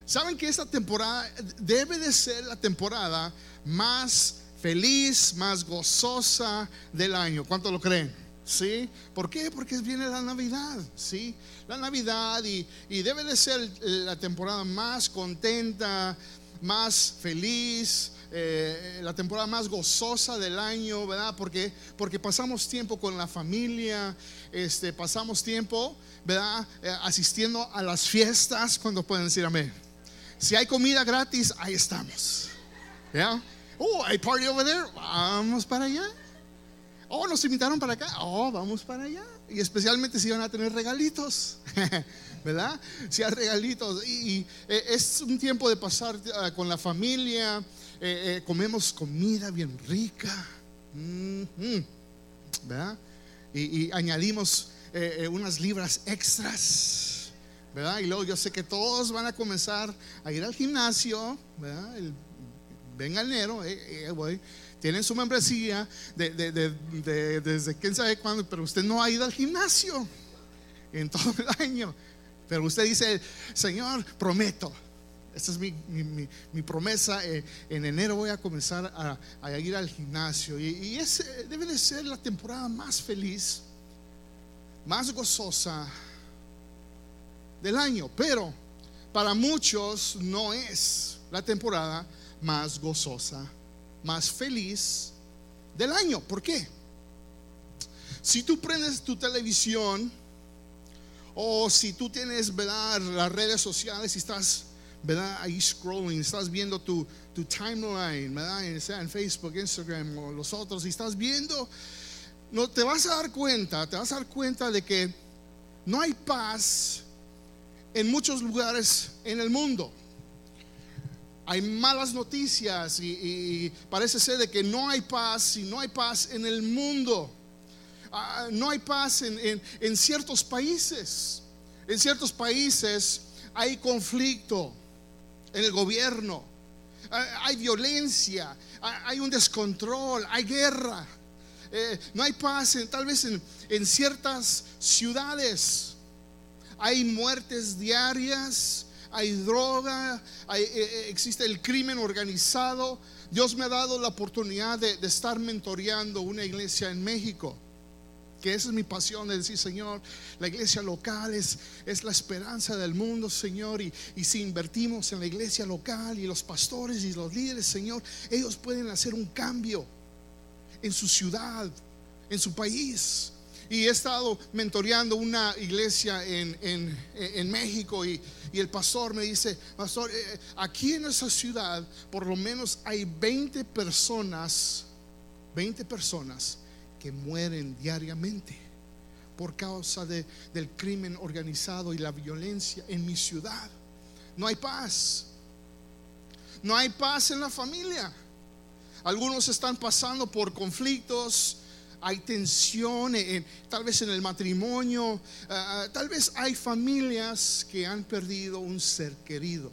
Saben que esta temporada debe de ser la temporada más feliz, más gozosa del año. ¿Cuánto lo creen? ¿Sí? ¿Por qué? Porque viene la Navidad, ¿sí? La Navidad y debe de ser la temporada más contenta, más feliz, la temporada más gozosa del año, ¿verdad? Porque pasamos tiempo con la familia, pasamos tiempo, ¿verdad? Asistiendo a las fiestas. ¿Cuándo pueden decir amén? Si hay comida gratis, ahí estamos. ¿Ya? Oh, hay party over there, vamos para allá. Oh, nos invitaron para acá, oh, vamos para allá. Y especialmente si van a tener regalitos, ¿verdad? Si hay regalitos. Y es un tiempo de pasar con la familia. Comemos comida bien rica, ¿verdad? Y añadimos unas libras extras, ¿verdad? Y luego yo sé que todos van a comenzar a ir al gimnasio, ¿verdad? Venga enero, voy. Tienen su membresía desde quién sabe cuándo, pero usted no ha ido al gimnasio en todo el año. Pero usted dice: Señor, prometo, esta es mi promesa, en enero voy a comenzar a ir al gimnasio. Y ese debe de ser la temporada más feliz, más gozosa del año. Pero para muchos no es la temporada más gozosa, más feliz del año. ¿Por qué? Si tú prendes tu televisión, o si tú tienes, ¿verdad?, las redes sociales y estás, ¿verdad?, ahí scrolling, estás viendo tu timeline, ¿verdad?, sea en Facebook, Instagram o los otros, y estás viendo, no te vas a dar cuenta de que no hay paz en muchos lugares en el mundo. Hay malas noticias y parece ser de que no hay paz, y no hay paz en el mundo. No hay paz en ciertos países. En ciertos países hay conflicto en el gobierno, hay violencia, hay un descontrol, hay guerra. No hay paz tal vez en ciertas ciudades. Hay muertes diarias, hay droga, existe el crimen organizado. Dios me ha dado la oportunidad de estar mentoreando una iglesia en México, que esa es mi pasión, de decir: Señor, la iglesia local es la esperanza del mundo, Señor, y si invertimos en la iglesia local y los pastores y los líderes, Señor, ellos pueden hacer un cambio en su ciudad, en su país. Y he estado mentoreando una iglesia en México, y el pastor me dice: pastor, aquí en esa ciudad por lo menos hay 20 personas que mueren diariamente por causa del crimen organizado y la violencia en mi ciudad. No hay paz. No hay paz en la familia. Algunos están pasando por conflictos. Hay tensión tal vez en el matrimonio. Tal vez hay familias que han perdido un ser querido,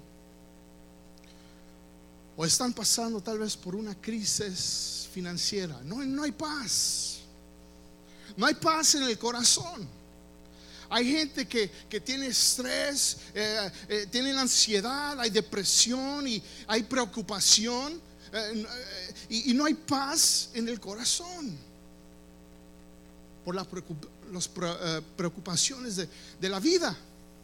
o están pasando tal vez por una crisis financiera. No hay paz. No hay paz en el corazón. Hay gente que tiene estrés, tienen ansiedad, hay depresión y hay preocupación, y no hay paz en el corazón por las preocupaciones de la vida.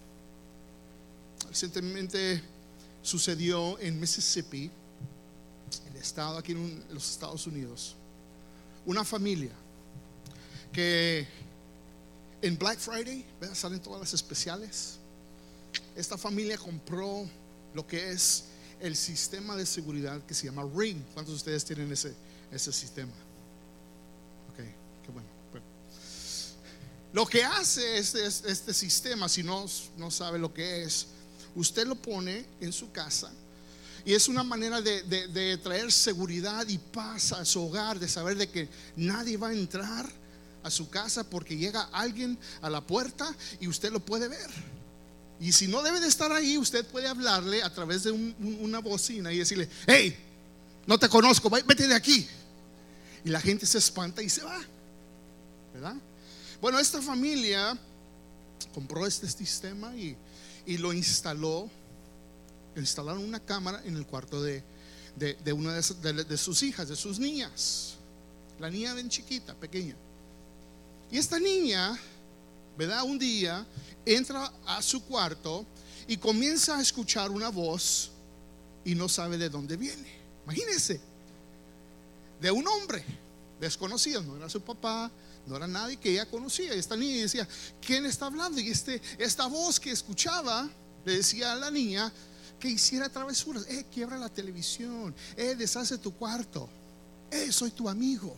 Recientemente sucedió en Mississippi, el estado aquí en los Estados Unidos, una familia que en Black Friday, ¿verdad?, salen todas las especiales. Esta familia compró lo que es el sistema de seguridad que se llama Ring. ¿Cuántos de ustedes tienen ese sistema? Ok, qué bueno. Lo que hace este sistema, si no sabe lo que es, usted lo pone en su casa, y es una manera de traer seguridad y paz a su hogar, de saber de que nadie va a entrar a su casa porque llega alguien a la puerta y usted lo puede ver. Y si no debe de estar ahí, usted puede hablarle a través de una bocina y decirle: hey, no te conozco, vete de aquí. Y la gente se espanta y se va, ¿verdad? Bueno, esta familia compró este sistema y lo instaló instalaron una cámara en el cuarto de una de sus hijas, de sus niñas. La niña bien chiquita, pequeña. Y esta niña, ¿verdad? Un día entra a su cuarto y comienza a escuchar una voz y no sabe de dónde viene. Imagínense, de un hombre desconocido, no era su papá, no era nadie que ella conocía. Y esta niña decía: ¿quién está hablando? Y esta voz que escuchaba le decía a la niña que hiciera travesuras. Quiebra la televisión, deshace tu cuarto, soy tu amigo.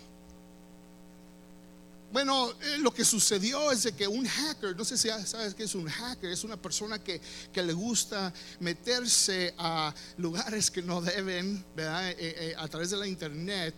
Bueno, lo que sucedió es de que un hacker, no sé si sabes qué es un hacker, es una persona que le gusta meterse a lugares que no deben, ¿verdad? A través de la internet.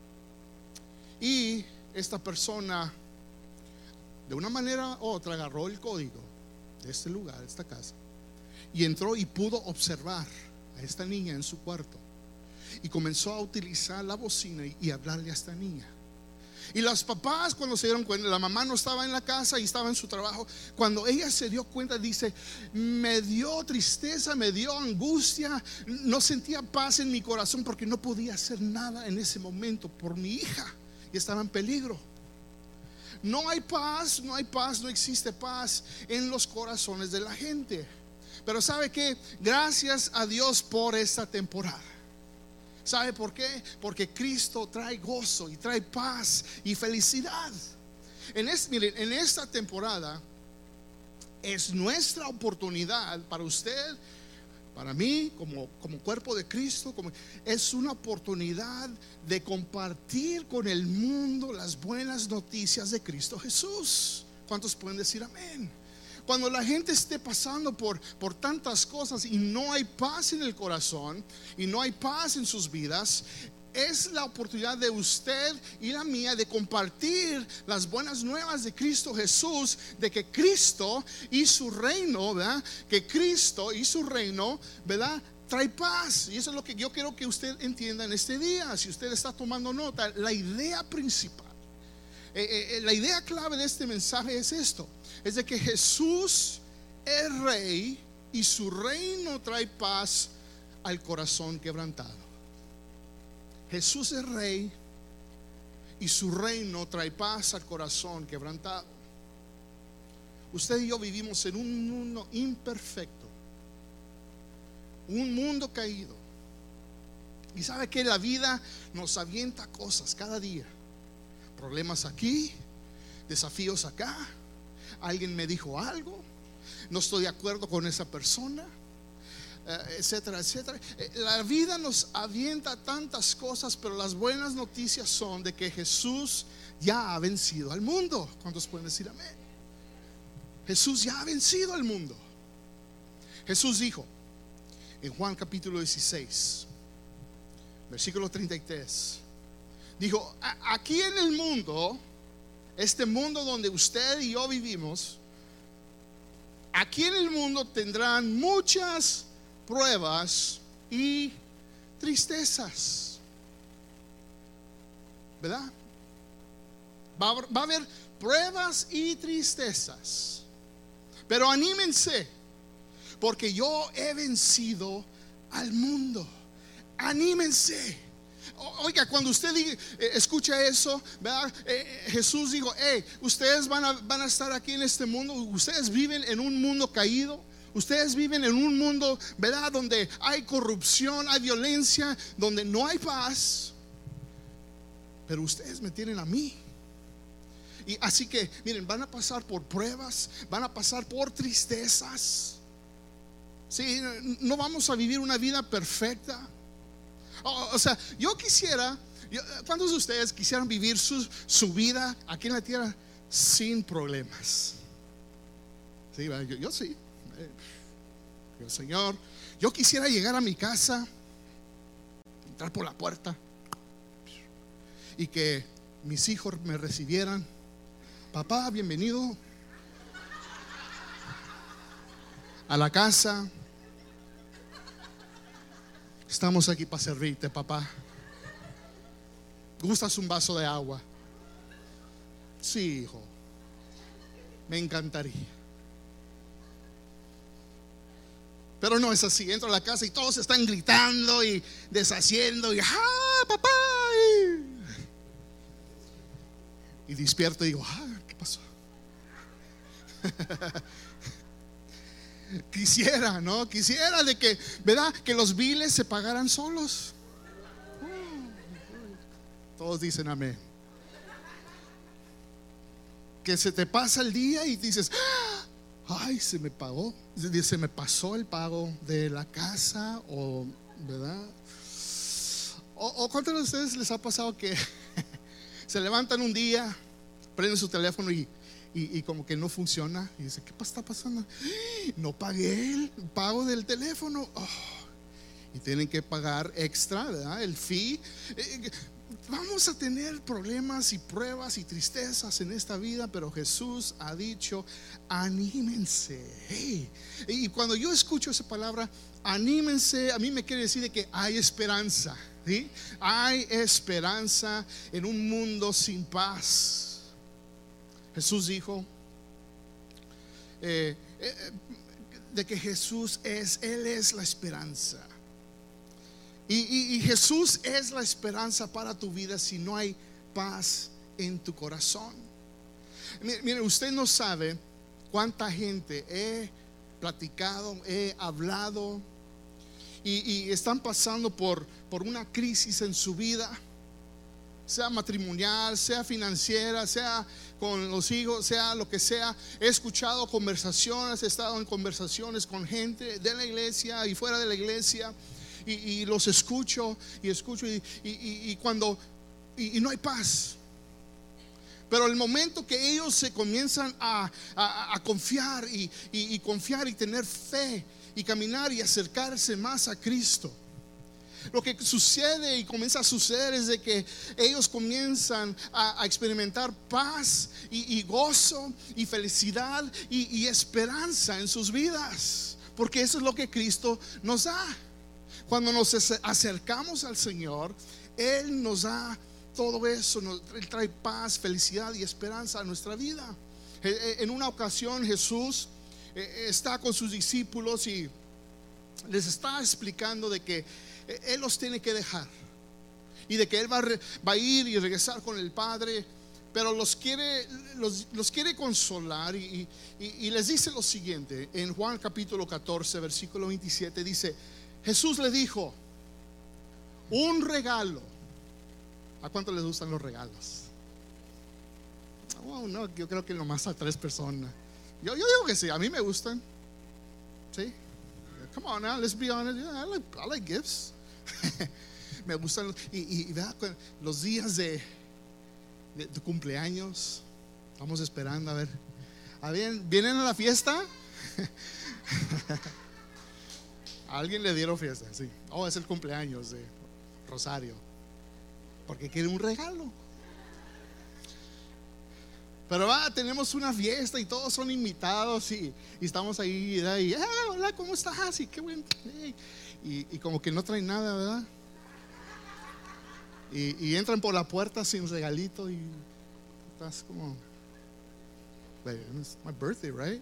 Y esta persona, de una manera u otra, agarró el código de este lugar, de esta casa, y entró y pudo observar a esta niña en su cuarto, y comenzó a utilizar la bocina y hablarle a esta niña. Y los papás, cuando se dieron cuenta, la mamá no estaba en la casa y estaba en su trabajo. Cuando ella se dio cuenta, dice: me dio tristeza, me dio angustia, no sentía paz en mi corazón porque no podía hacer nada en ese momento por mi hija, y estaba en peligro. No hay paz, no existe paz en los corazones de la gente. Pero ¿sabe qué? Gracias a Dios por esta temporada. ¿Sabe por qué? Porque Cristo trae gozo y trae paz y felicidad. Miren, en esta temporada es nuestra oportunidad, para usted, para mí, como cuerpo de Cristo, es una oportunidad de compartir con el mundo las buenas noticias de Cristo Jesús. ¿Cuántos pueden decir amén? Cuando la gente esté pasando por tantas cosas y no hay paz en el corazón y no hay paz en sus vidas, es la oportunidad de usted y la mía de compartir las buenas nuevas de Cristo Jesús, de que Cristo y su reino, ¿verdad? Que Cristo y su reino, ¿verdad?, trae paz. Y eso es lo que yo quiero que usted entienda en este día. Si usted está tomando nota, la idea principal, la idea clave de este mensaje es esto: es de que Jesús es rey y su reino trae paz al corazón quebrantado. Jesús es rey y su reino trae paz al corazón quebrantado. Usted y yo vivimos en un mundo imperfecto, un mundo caído. Y sabe que la vida nos avienta cosas cada día. Problemas aquí, desafíos acá. Alguien me dijo algo, no estoy de acuerdo con esa persona, etcétera, etcétera. La vida nos avienta tantas cosas, pero las buenas noticias son de que Jesús ya ha vencido al mundo. ¿Cuántos pueden decir amén? Jesús ya ha vencido al mundo. Jesús dijo en Juan capítulo 16, versículo 33, dijo: aquí en el mundo, este mundo donde usted y yo vivimos, aquí en el mundo tendrán muchas pruebas y tristezas, ¿verdad? Va a haber pruebas y tristezas, pero anímense, porque yo he vencido al mundo. Anímense. Oiga, cuando usted escucha eso, ¿verdad? Jesús dijo: ustedes van a estar aquí en este mundo. Ustedes viven en un mundo caído. Ustedes viven en un mundo, ¿verdad?, donde hay corrupción, hay violencia, donde no hay paz. Pero ustedes me tienen a mí. Y así que, miren, van a pasar por pruebas, van a pasar por tristezas. Sí, no vamos a vivir una vida perfecta. O sea, yo quisiera, ¿cuántos de ustedes quisieran vivir su vida aquí en la tierra sin problemas? Sí, yo sí. Señor, yo quisiera llegar a mi casa, entrar por la puerta y que mis hijos me recibieran: papá, bienvenido a la casa. Estamos aquí para servirte, papá. ¿Gustas un vaso de agua? Sí, hijo, me encantaría. Pero no es así. Entro a la casa y todos están gritando y deshaciendo y papá. Y despierto y digo, ¿qué pasó? Quisiera, ¿no? Quisiera de que, ¿verdad? Que los biles se pagaran solos. Todos dicen amén. Que se te pasa el día y dices, ay, se me pasó el pago de la casa, o, ¿verdad? O ¿cuántos de ustedes les ha pasado que se levantan un día, prenden su teléfono y como que no funciona? Y dicen, ¿qué está pasando? No pagué el pago del teléfono. Y tienen que pagar extra, ¿verdad? El fee. Vamos a tener problemas y pruebas y tristezas en esta vida, pero Jesús ha dicho, anímense. Y cuando yo escucho esa palabra, anímense, a mí me quiere decir de que hay esperanza, ¿sí? Hay esperanza en un mundo sin paz. Jesús dijo de que Él es la esperanza. Y Jesús es la esperanza para tu vida si no hay paz en tu corazón. Mire, usted no sabe cuánta gente he platicado, he hablado y están pasando por una crisis en su vida, sea matrimonial, sea financiera, sea con los hijos, sea lo que sea. He escuchado conversaciones, he estado en conversaciones con gente de la iglesia y fuera de la iglesia. Y los escucho y cuando no hay paz. Pero el momento que ellos se comienzan a confiar y confiar y tener fe y caminar y acercarse más a Cristo, lo que sucede y comienza a suceder es de que ellos comienzan a experimentar paz y gozo y felicidad y esperanza en sus vidas, porque eso es lo que Cristo nos da. Cuando nos acercamos al Señor, Él nos da todo eso. Él trae paz, felicidad y esperanza a nuestra vida. En una ocasión Jesús está con sus discípulos y les está explicando de que Él los tiene que dejar y de que Él va a ir y regresar con el Padre, pero los quiere consolar y les dice lo siguiente. En Juan capítulo 14 versículo 27 dice: Jesús le dijo, un regalo. ¿A cuánto les gustan los regalos? No, yo creo que nomás a 3 personas. Yo digo que sí, a mí me gustan. Sí. Come on now, let's be honest. Yeah, I like gifts. Me gustan. Y vea, los días de tu cumpleaños, estamos esperando a ver. ¿Vienen a la fiesta? A alguien le dieron fiesta, sí. Es el cumpleaños de Rosario, porque quiere un regalo. Pero tenemos una fiesta y todos son invitados y estamos ahí y hola, ¿cómo estás? Y qué bueno. Y como que no traen nada, ¿verdad? Y entran por la puerta sin regalito y estás como, it's my birthday, right?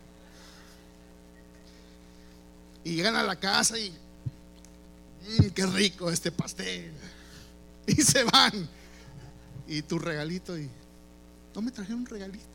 Y llegan a la casa y qué rico este pastel. Y se van. Y tu regalito, y no me trajeron un regalito.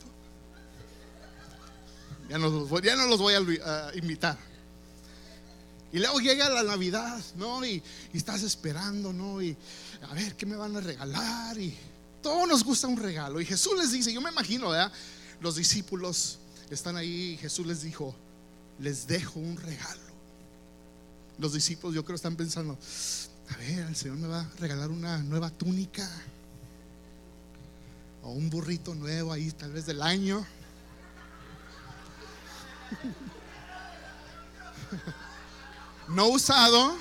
Ya no los voy a invitar. Y luego llega la Navidad, ¿no? Y estás esperando, ¿no? Y a ver, ¿qué me van a regalar? Y todos nos gusta un regalo. Y Jesús les dice, yo me imagino, ¿verdad? Los discípulos están ahí y Jesús les dijo, les dejo un regalo. Los discípulos, yo creo, están pensando, a ver, el Señor me va a regalar una nueva túnica o un burrito nuevo ahí, tal vez del año. No usado.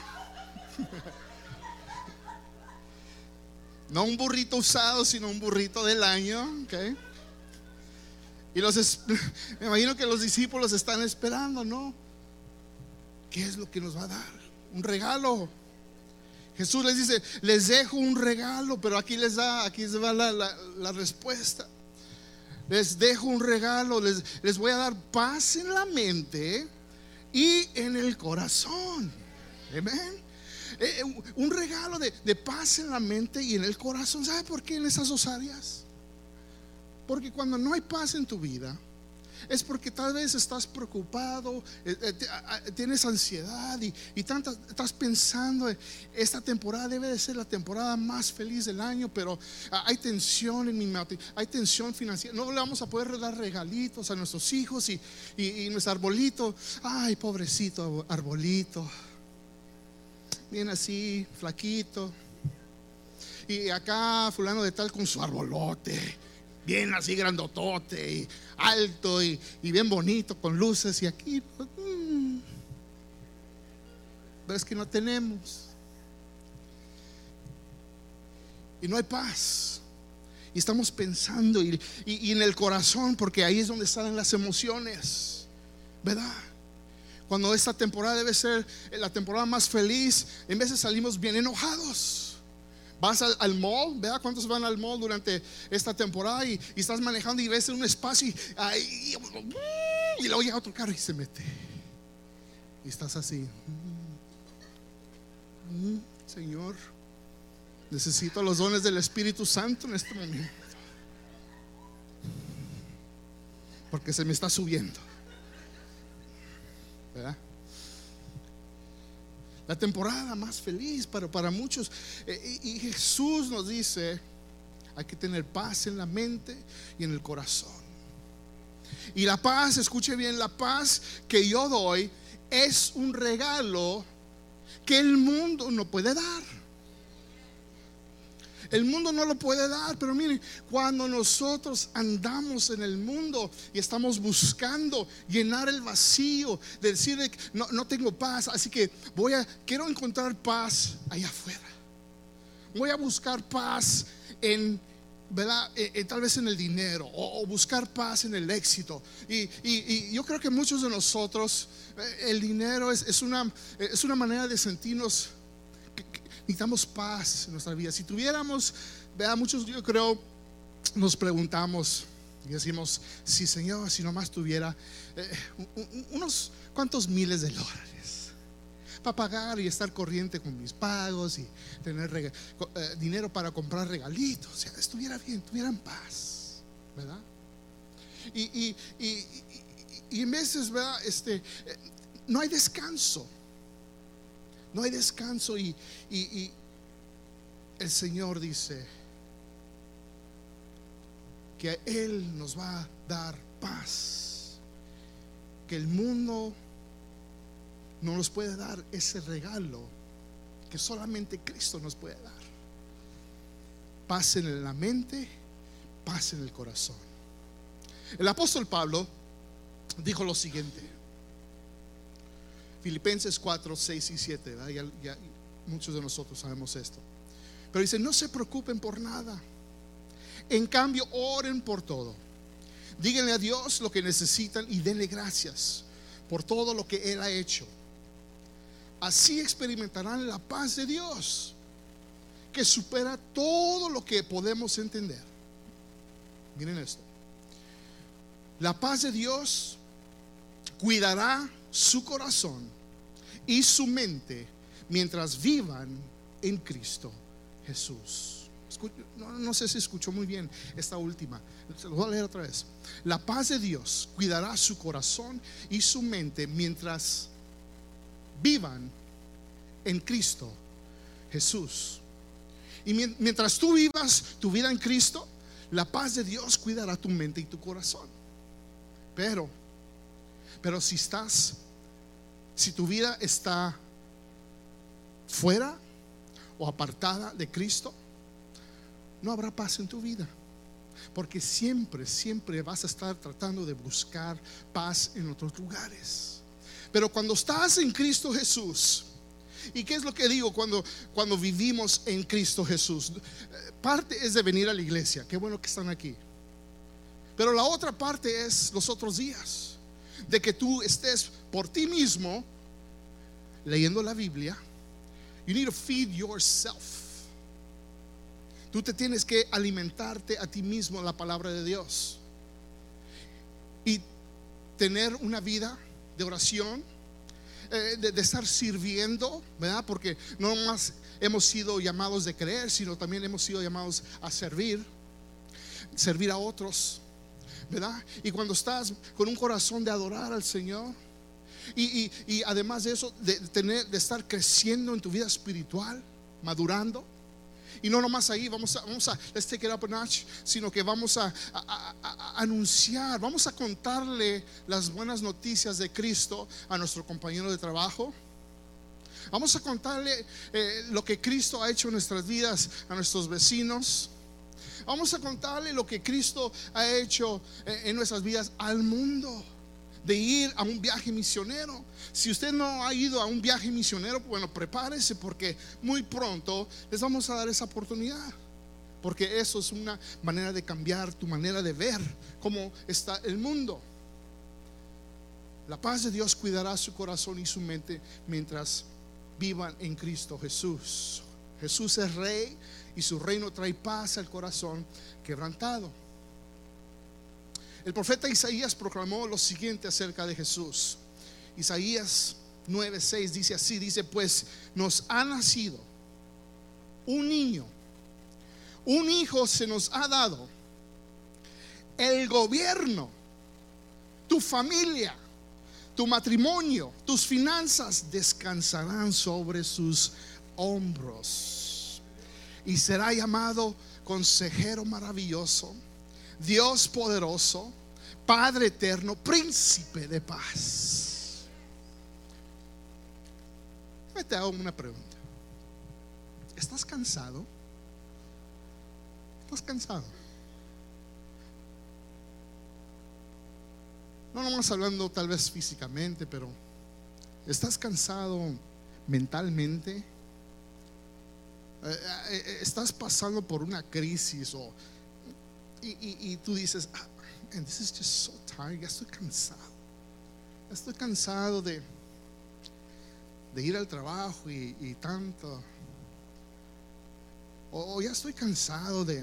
No un burrito usado, sino un burrito del año, ¿okay? Y me imagino que los discípulos están esperando, ¿no? ¿Qué es lo que nos va a dar? Un regalo. Jesús les dice, les dejo un regalo, pero aquí se va la respuesta. Les dejo un regalo, les voy a dar paz en la mente y en el corazón. Amén. Un regalo de paz en la mente y en el corazón. ¿Sabe por qué en esas dos áreas? Porque cuando no hay paz en tu vida, es porque tal vez estás preocupado, tienes ansiedad y estás pensando, esta temporada debe de ser la temporada más feliz del año, pero hay tensión en mi matrimonio, hay tensión financiera, no le vamos a poder dar regalitos a nuestros hijos y nuestro arbolito, ay, pobrecito arbolito, bien así, flaquito, y acá fulano de tal con su arbolote bien así grandotote y alto y bien bonito con luces, y aquí pero es que no tenemos y no hay paz y estamos pensando y en el corazón, porque ahí es donde salen las emociones, ¿verdad? Cuando esta temporada debe ser la temporada más feliz, en veces salimos bien enojados. Vas al mall, ¿verdad? ¿Cuántos van al mall durante esta temporada? Y estás manejando y ves en un espacio y luego llega otro carro y se mete. Y estás así. Señor, necesito los dones del Espíritu Santo en este momento, porque se me está subiendo, ¿verdad? La temporada más feliz para muchos, y Jesús nos dice: hay que tener paz en la mente y en el corazón. Y la paz, escuche bien, la paz que yo doy es un regalo que el mundo no puede dar. El mundo no lo puede dar, pero miren, cuando nosotros andamos en el mundo y estamos buscando llenar el vacío de decir no tengo paz, así que quiero encontrar paz allá afuera. Voy a buscar paz en, ¿verdad? Tal vez en el dinero, o buscar paz en el éxito. Y yo creo que muchos de nosotros, el dinero es una manera de sentirnos. Necesitamos paz en nuestra vida. Si tuviéramos, ¿verdad? Muchos, yo creo, nos preguntamos y decimos: sí, Señor, si nomás tuviera unos cuantos miles de dólares para pagar y estar corriente con mis pagos y tener dinero para comprar regalitos, o sea, estuviera bien, tuviera paz, ¿verdad? Y en veces, ¿verdad? No hay descanso. No hay descanso y el Señor dice que Él nos va a dar paz, que el mundo no nos puede dar ese regalo que solamente Cristo nos puede dar. Paz en la mente, paz en el corazón. El apóstol Pablo dijo lo siguiente: Filipenses 4, 6 y 7, ya muchos de nosotros sabemos esto. Pero dice: no se preocupen por nada, en cambio oren por todo. Díganle a Dios lo que necesitan y denle gracias por todo lo que Él ha hecho. Así experimentarán la paz de Dios, que supera todo lo que podemos entender. Miren esto: la paz de Dios cuidará su corazón y su mente mientras vivan en Cristo Jesús. No sé si escuchó muy bien esta última, se lo voy a leer otra vez. La paz de Dios cuidará su corazón y su mente mientras vivan en Cristo Jesús. Y mientras tú vivas tu vida en Cristo, la paz de Dios cuidará tu mente y tu corazón. Pero si tu vida está fuera o apartada de Cristo, no habrá paz en tu vida, porque siempre vas a estar tratando de buscar paz en otros lugares. Pero cuando estás en Cristo Jesús, ¿y qué es lo que digo cuando vivimos en Cristo Jesús? Parte es de venir a la iglesia, qué bueno que están aquí, pero la otra parte es los otros días, de que tú estés por ti mismo leyendo la Biblia. You need to feed yourself. Tú te tienes que alimentarte a ti mismo la palabra de Dios y tener una vida de oración, de estar sirviendo, ¿verdad? Porque no más hemos sido llamados de creer, sino también hemos sido llamados a servir a otros, ¿verdad? Y cuando estás con un corazón de adorar al Señor, y además de eso, de estar creciendo en tu vida espiritual, madurando. Y no nomás ahí, vamos a let's take it up a notch, sino que vamos a anunciar, vamos a contarle las buenas noticias de Cristo a nuestro compañero de trabajo. Vamos a contarle lo que Cristo ha hecho en nuestras vidas a nuestros vecinos. Vamos a contarle lo que Cristo ha hecho en nuestras vidas al mundo. De ir a un viaje misionero. Si usted no ha ido a un viaje misionero, bueno, prepárese, porque muy pronto les vamos a dar esa oportunidad. Porque eso es una manera de cambiar tu manera de ver cómo está el mundo. La paz de Dios cuidará su corazón y su mente mientras vivan en Cristo Jesús. Jesús es Rey y su reino trae paz al corazón quebrantado. El profeta Isaías proclamó lo siguiente acerca de Jesús. Isaías 9:6 dice así, dice: pues nos ha nacido un niño, un hijo se nos ha dado, el gobierno, tu familia, tu matrimonio, tus finanzas descansarán sobre sus hombros, y será llamado Consejero Maravilloso, Dios Poderoso, Padre Eterno, Príncipe de Paz. Te hago una pregunta. ¿Estás cansado? ¿Estás cansado? No nomás hablando tal vez físicamente, pero ¿estás cansado mentalmente? ¿Estás pasando por una crisis y tú dices, and this is just so tired? Ya estoy cansado. Ya estoy cansado de ir al trabajo y tanto. O ya estoy cansado de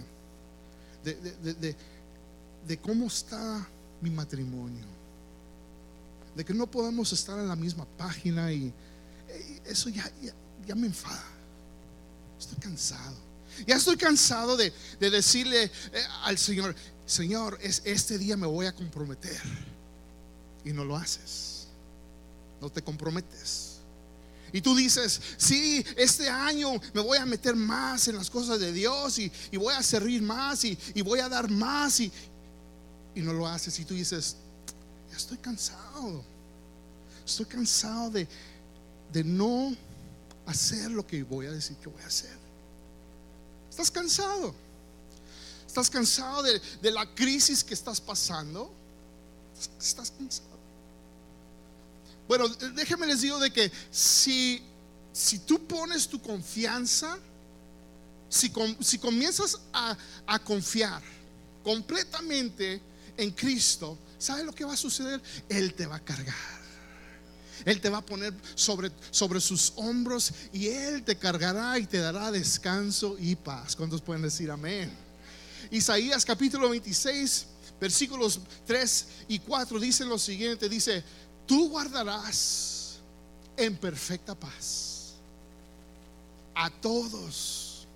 cómo está mi matrimonio, de que no podemos estar en la misma página, y eso ya me enfada. Estoy cansado. Ya estoy cansado de decirle al Señor: Señor, este día me voy a comprometer, y no lo haces, no te comprometes. Y tú dices: sí, este año me voy a meter más en las cosas de Dios, y voy a servir más, y voy a dar más, y no lo haces. Y tú dices: ya estoy cansado. Estoy cansado de no hacer lo que voy a decir que voy a hacer. ¿Estás cansado? ¿Estás cansado de la crisis que estás pasando? ¿Estás cansado? Bueno, déjenme les digo de que si tú pones tu confianza, si comienzas a confiar completamente en Cristo, ¿sabes lo que va a suceder? Él te va a cargar. Él te va a poner sobre sus hombros, y Él te cargará y te dará descanso y paz. ¿Cuántos pueden decir amén? Isaías capítulo 26 versículos 3 y 4 dicen lo siguiente. Dice: tú guardarás en perfecta paz a todos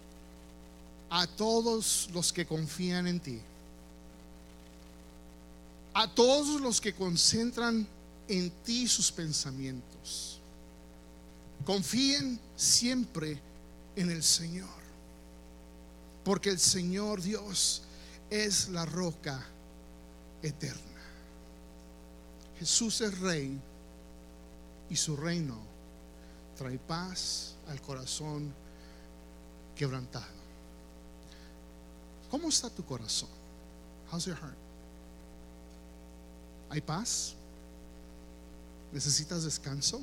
los que confían en ti, a todos los que concentran en ti sus pensamientos. Confíen siempre en el Señor, porque el Señor Dios es la roca eterna. Jesús es Rey, y su reino trae paz al corazón quebrantado. ¿Cómo está tu corazón? How's your heart? ¿Hay paz? ¿Necesitas descanso?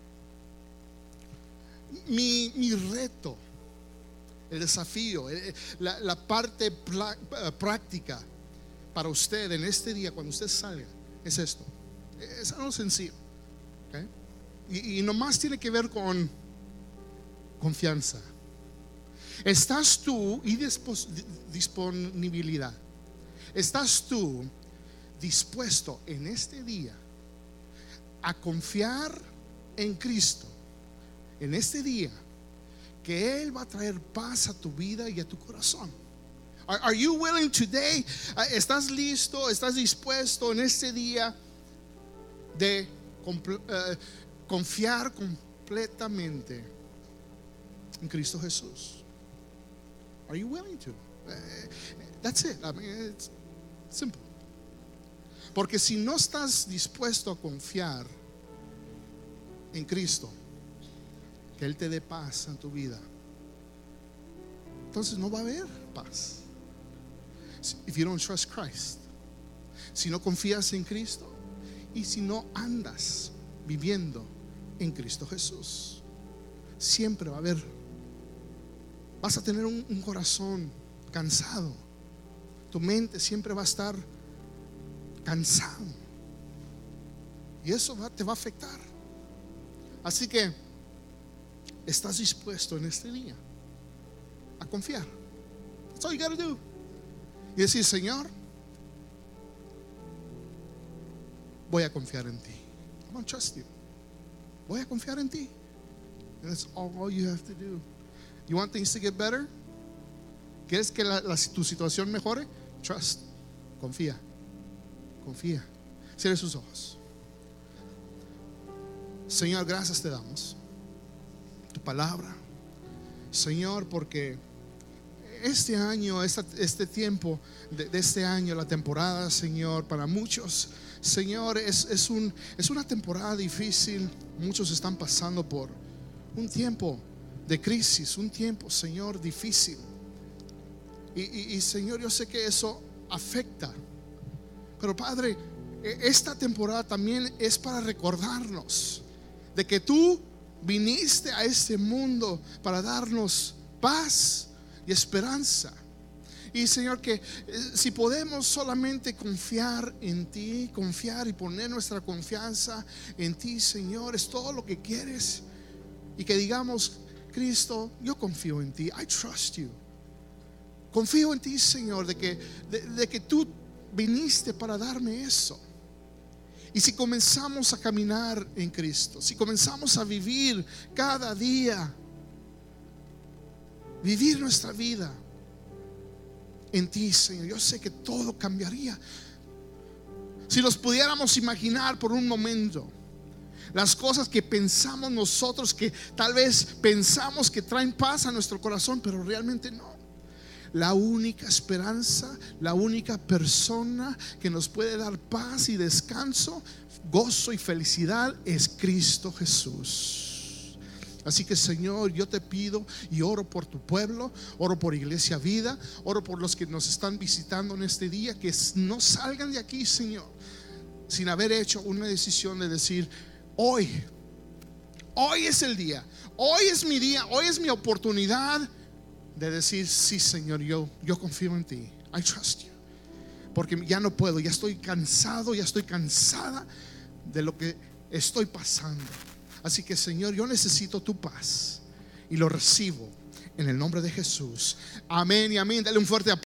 Mi reto, el desafío, la parte práctica para usted en este día, cuando usted salga, es esto. Es algo sencillo, ¿okay? Y nomás tiene que ver con confianza. ¿Estás tú y disponibilidad? ¿Estás tú dispuesto en este día a confiar en Cristo en este día, que Él va a traer paz a tu vida y a tu corazón. Are you willing today? ¿Estás listo? ¿Estás dispuesto en este día de confiar completamente en Cristo Jesús? Are you willing to? That's it. I mean, it's simple. Porque si no estás dispuesto a confiar en Cristo, que Él te dé paz en tu vida, entonces no va a haber paz. If you don't trust Christ, si no confías en Cristo y si no andas viviendo en Cristo Jesús, siempre va a haber, vas a tener un corazón cansado. Tu mente siempre va a estar cansado y eso te va a afectar. Así que estás dispuesto en este día a confiar. That's all you gotta do. Y decir: Señor, voy a confiar en ti. I'm gonna trust you. Voy a confiar en ti. And that's all you have to do. You want things to get better? ¿Quieres que tu situación mejore? Trust. Confía. Confía. Cierre sus ojos. Señor, gracias te damos tu palabra, Señor, porque este año, este tiempo de este año, la temporada, Señor, para muchos, Señor, es una temporada difícil. Muchos están pasando por un tiempo de crisis, un tiempo, Señor, difícil. Y Señor, yo sé que eso afecta, pero Padre, esta temporada también es para recordarnos de que tú viniste a este mundo para darnos paz y esperanza. Y Señor, que si podemos solamente confiar en ti, confiar y poner nuestra confianza en ti, Señor, es todo lo que quieres. Y que digamos: Cristo, yo confío en ti. I trust you. Confío en ti, Señor, de que tú viniste para darme eso. Y si comenzamos a caminar en Cristo, si comenzamos a vivir cada día, vivir nuestra vida en ti, Señor, yo sé que todo cambiaría. Si nos pudiéramos imaginar por un momento las cosas que pensamos nosotros, que tal vez pensamos que traen paz a nuestro corazón, pero realmente no. La única esperanza, la única persona que nos puede dar paz y descanso, gozo y felicidad es Cristo Jesús. Así que, Señor, yo te pido y oro por tu pueblo, oro por Iglesia Vida, oro por los que nos están visitando en este día, que no salgan de aquí, Señor, sin haber hecho una decisión de decir: hoy es el día, hoy es mi día, hoy es mi oportunidad de decir: sí, Señor, yo confío en ti. I trust you. Porque ya no puedo, ya estoy cansado, ya estoy cansada de lo que estoy pasando. Así que, Señor, yo necesito tu paz y lo recibo en el nombre de Jesús. Amén y amén. Dale un fuerte aplauso.